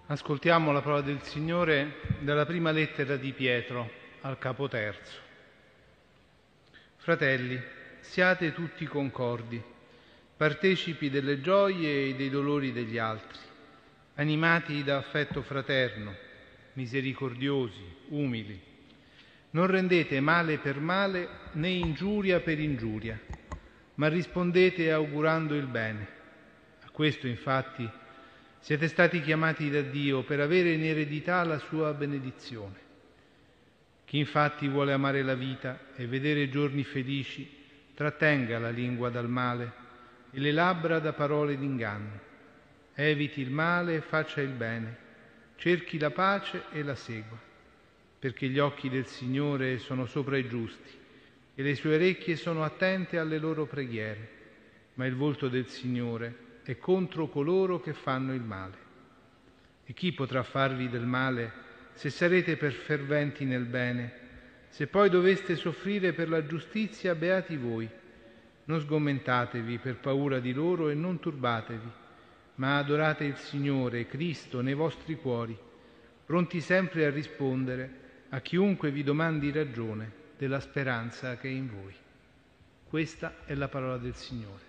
Ascoltiamo la parola del Signore dalla prima lettera di Pietro al capo terzo. Fratelli, siate tutti concordi, partecipi delle gioie e dei dolori degli altri, animati da affetto fraterno, misericordiosi, umili. Non rendete male per male né ingiuria per ingiuria, ma rispondete augurando il bene. A questo, infatti, siete stati chiamati da Dio per avere in eredità la sua benedizione. Chi infatti vuole amare la vita e vedere giorni felici, trattenga la lingua dal male e le labbra da parole d'inganno. Eviti il male e faccia il bene, cerchi la pace e la segua, perché gli occhi del Signore sono sopra i giusti e le sue orecchie sono attente alle loro preghiere, ma il volto del Signore è contro coloro che fanno il male. E chi potrà farvi del male se sarete ferventi nel bene? Se poi doveste soffrire per la giustizia, beati voi. Non sgommentatevi per paura di loro e non turbatevi, ma adorate il Signore, Cristo, nei vostri cuori, pronti sempre a rispondere a chiunque vi domandi ragione della speranza che è in voi. Questa è la parola del Signore.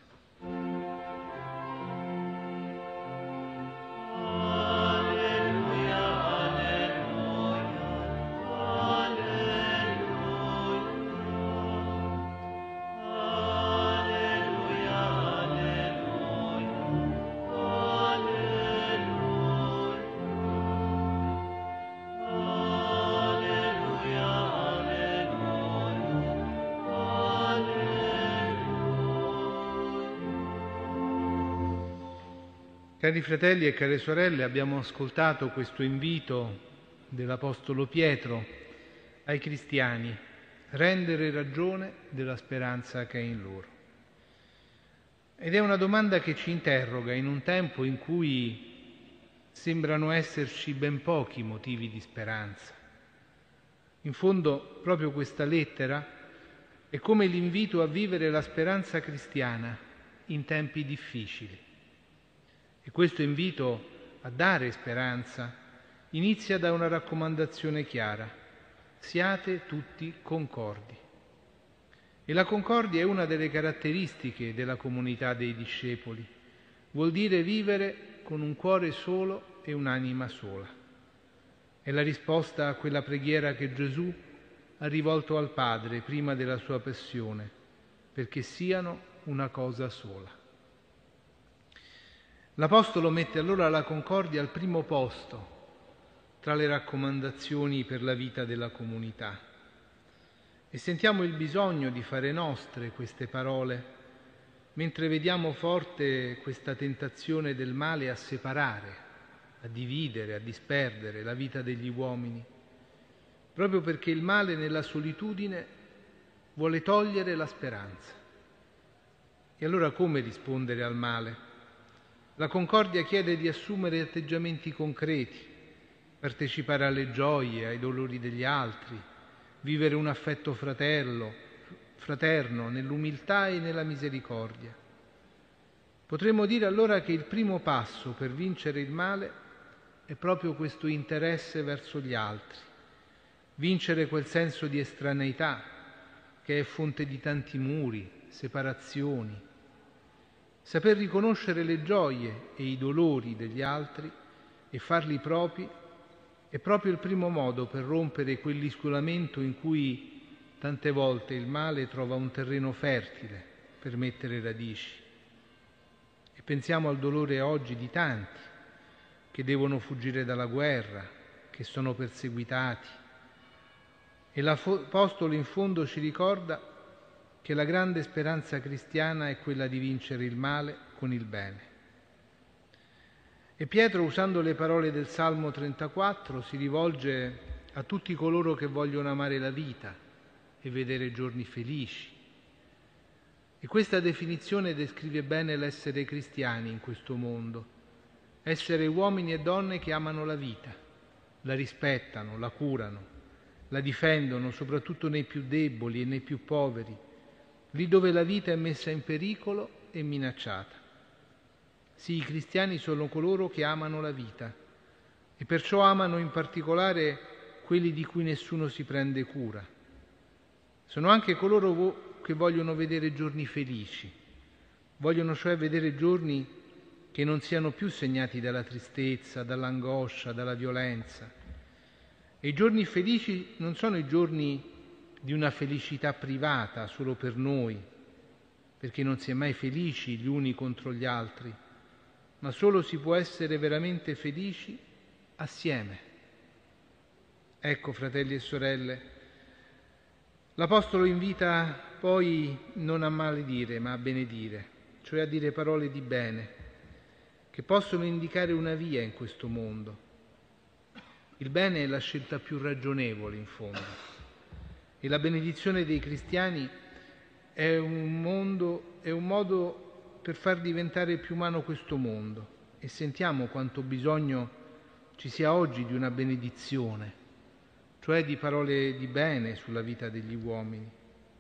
Cari fratelli e care sorelle, abbiamo ascoltato questo invito dell'Apostolo Pietro ai cristiani, rendere ragione della speranza che è in loro. Ed è una domanda che ci interroga in un tempo in cui sembrano esserci ben pochi motivi di speranza. In fondo, proprio questa lettera è come l'invito a vivere la speranza cristiana in tempi difficili. E questo invito a dare speranza inizia da una raccomandazione chiara: siate tutti concordi. E la concordia è una delle caratteristiche della comunità dei discepoli. Vuol dire vivere con un cuore solo e un'anima sola. È la risposta a quella preghiera che Gesù ha rivolto al Padre prima della sua passione, perché siano una cosa sola. L'Apostolo mette allora la concordia al primo posto tra le raccomandazioni per la vita della comunità. E sentiamo il bisogno di fare nostre queste parole, mentre vediamo forte questa tentazione del male a separare, a dividere, a disperdere la vita degli uomini, proprio perché il male nella solitudine vuole togliere la speranza. E allora come rispondere al male? La concordia chiede di assumere atteggiamenti concreti, partecipare alle gioie, ai dolori degli altri, vivere un affetto fraterno nell'umiltà e nella misericordia. Potremmo dire allora che il primo passo per vincere il male è proprio questo interesse verso gli altri, vincere quel senso di estraneità che è fonte di tanti muri, separazioni. Saper riconoscere le gioie e i dolori degli altri e farli propri è proprio il primo modo per rompere quell'isolamento in cui tante volte il male trova un terreno fertile per mettere radici. E pensiamo al dolore oggi di tanti che devono fuggire dalla guerra, che sono perseguitati. E l'Apostolo in fondo ci ricorda che la grande speranza cristiana è quella di vincere il male con il bene. E Pietro, usando le parole del Salmo 34, si rivolge a tutti coloro che vogliono amare la vita e vedere giorni felici. E questa definizione descrive bene l'essere cristiani in questo mondo, essere uomini e donne che amano la vita, la rispettano, la curano, la difendono soprattutto nei più deboli e nei più poveri, lì dove la vita è messa in pericolo e minacciata. Sì, i cristiani sono coloro che amano la vita e perciò amano in particolare quelli di cui nessuno si prende cura. Sono anche coloro che vogliono vedere giorni felici, vogliono cioè vedere giorni che non siano più segnati dalla tristezza, dall'angoscia, dalla violenza. E i giorni felici non sono i giorni di una felicità privata solo per noi, perché non si è mai felici gli uni contro gli altri, ma solo si può essere veramente felici assieme. Ecco, fratelli e sorelle, l'Apostolo invita poi non a maledire, ma a benedire, cioè a dire parole di bene, che possono indicare una via in questo mondo. Il bene è la scelta più ragionevole, in fondo, e la benedizione dei cristiani è un modo per far diventare più umano questo mondo, e sentiamo quanto bisogno ci sia oggi di una benedizione, cioè di parole di bene sulla vita degli uomini.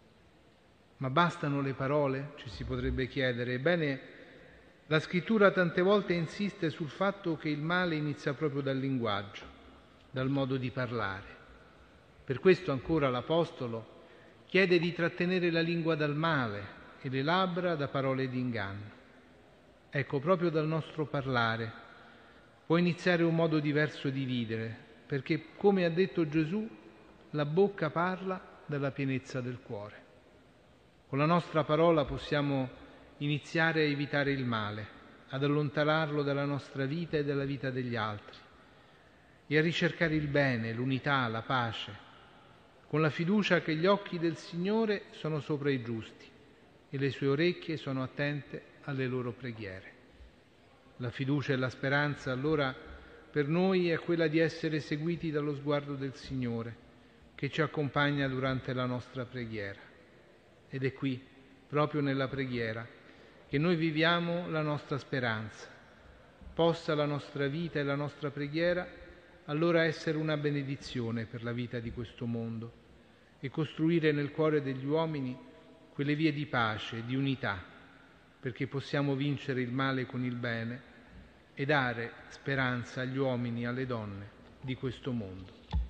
Ma bastano le parole? Ci si potrebbe chiedere. Ebbene, la Scrittura tante volte insiste sul fatto che il male inizia proprio dal linguaggio, dal modo di parlare. Per questo ancora l'Apostolo chiede di trattenere la lingua dal male e le labbra da parole di inganno. Ecco, proprio dal nostro parlare può iniziare un modo diverso di vivere, perché, come ha detto Gesù, la bocca parla dalla pienezza del cuore. Con la nostra parola possiamo iniziare a evitare il male, ad allontanarlo dalla nostra vita e dalla vita degli altri, e a ricercare il bene, l'unità, la pace, con la fiducia che gli occhi del Signore sono sopra i giusti e le sue orecchie sono attente alle loro preghiere. La fiducia e la speranza, allora, per noi è quella di essere seguiti dallo sguardo del Signore, che ci accompagna durante la nostra preghiera. Ed è qui, proprio nella preghiera, che noi viviamo la nostra speranza. Possa la nostra vita e la nostra preghiera allora essere una benedizione per la vita di questo mondo e costruire nel cuore degli uomini quelle vie di pace, di unità, perché possiamo vincere il male con il bene e dare speranza agli uomini e alle donne di questo mondo.